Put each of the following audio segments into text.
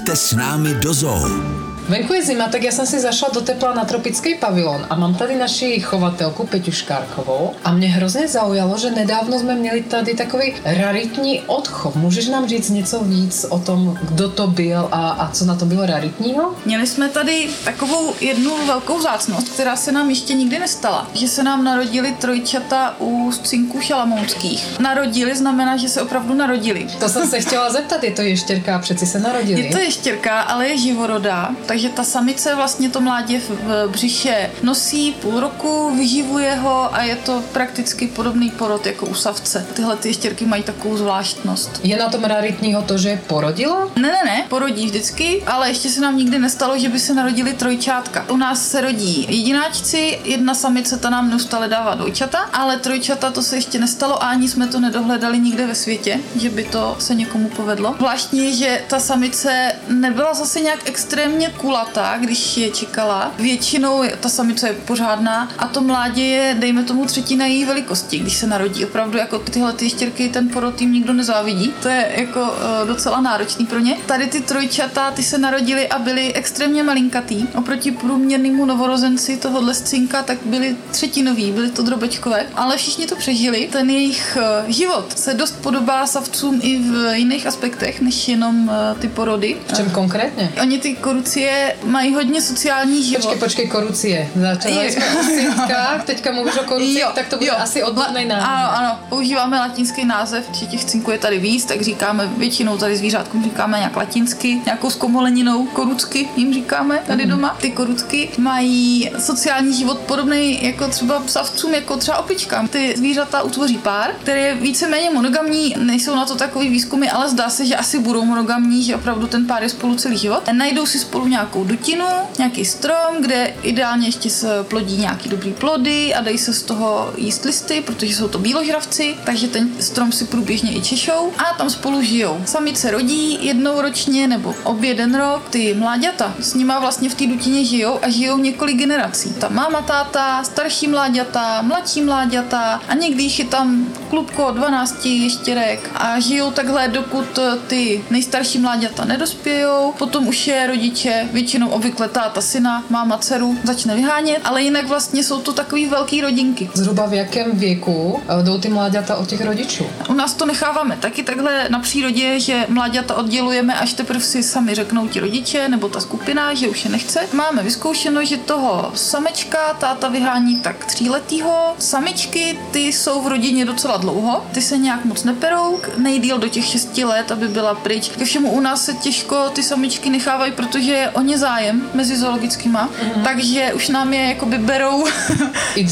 Pojďte s námi do zoo. Venku je zima, tak já jsem si zašla do tepla na tropický pavilon a mám tady naši chovatelku Peťu Škárkovou a mě hrozně zaujalo, že nedávno jsme měli tady takový raritní odchov. Můžeš nám říct něco víc o tom, kdo to byl a co na to bylo raritního? Měli jsme tady takovou jednu velkou vzácnost, která se nám ještě nikdy nestala. Že se nám narodili trojčata u cinků šalamounských. Narodili znamená, že se opravdu narodili. To jsem se chtěla zeptat, je to ještěrka, přeci se narodili. Je to ještěrka, ale je živorodá, takže ta samice vlastně to mládě v břiše nosí půl roku, vyživuje ho a je to prakticky podobný porod jako u savce. Tyhle ty ještěrky mají takovou zvláštnost. Je na tom raritního to, že porodila? Ne, porodí vždycky, ale ještě se nám nikdy nestalo, že by se narodili trojčátka. U nás se rodí jedináčci, jedna samice, ta nám neustále dává dvojčata, ale trojčata to se ještě nestalo a ani jsme to nedohledali nikde ve světě, že by to se někomu povedlo. Zvláštní je, že ta samice nebyla zase nějak extrémně kulatá, když je čekala. Většinou ta samice je pořádná a to mládě je, dejme tomu, třetina její velikosti, když se narodí. Opravdu jako tyhle ty ještěrky, ten porod jim nikdo nezávidí. To je jako docela náročný pro ně. Tady ty trojčata, ty se narodili a byli extrémně malinkatý. Oproti průměrnému novorozenci tohohle cinka, tak byli třetinový, byli to drobečkové, ale všichni to přežili. Ten jejich život se dost podobá savcům i v jiných aspektech, než jenom ty porody. V čem konkrétně? Oni ty korucie mají hodně sociální život. Počkej, korucie. Začali jsme o cintkách, teďka mluvíš o korucích, tak to bude asi odborný název. Ano, používáme latinský název, že těch cinků je tady víc, tak říkáme většinou tady zvířátkům říkáme nějak latinsky, nějakou zkomoleninou, korucky jim říkáme tady doma. Ty korucky mají sociální život podobný jako třeba savcům, jako třeba opičkám. Ty zvířata utvoří pár, který je víceméně monogamní, nejsou na to takový výzkumy, ale zdá se, že asi budou monogamní, že opravdu ten pár je spolu celý život. Najdou si spolu nějakou dutinu, nějaký strom, kde ideálně ještě se plodí nějaký dobrý plody a dají se z toho jíst listy, protože jsou to bíložravci, takže ten strom si průběžně i češou a tam spolu žijou. Samice rodí jednou ročně nebo jeden rok, ty mláďata s nima vlastně v té dutině žijou a žijou několik generací. Ta máma, táta, starší mláďata, mladší mláďata a někdy je tam klubko 12 ještěrek a žijou takhle, dokud ty nejstarší mláďata nedospějou, potom už je rodiče, většinou obvykle táta syna, máma dceru začne vyhánět, ale jinak vlastně jsou to takový velký rodinky. Zhruba v jakém věku jdou ty mláďata od těch rodičů? U nás to necháváme taky takhle na přírodě, že mláďata oddělujeme, až teprve si sami řeknou ti rodiče nebo ta skupina, že už je nechce. Máme vyzkoušeno, že toho samečka táta vyhání tak 3letýho. Samičky, ty jsou v rodině docela dlouho, ty se nějak moc neperou, nejdýl do těch 6 let, aby byla pryč. Ke všemu u nás se těžko ty samičky nechávají, protože je o ně zájem mezi zoologickýma, takže už nám je jakoby berou I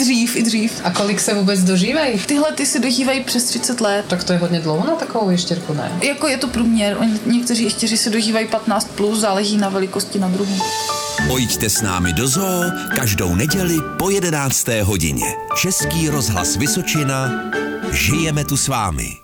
dřív. A kolik se vůbec dožívají? Tyhle ty si dožívají přes 30 let. Tak to je hodně dlouho na takovou ještěrku, ne? Jako je to průměr, někteří ještěři se dožívají 15+, záleží na velikosti na druhu. Pojďte s námi do zoo každou neděli po 11. hodině. Český rozhlas Vysočina. Žijeme tu s vámi.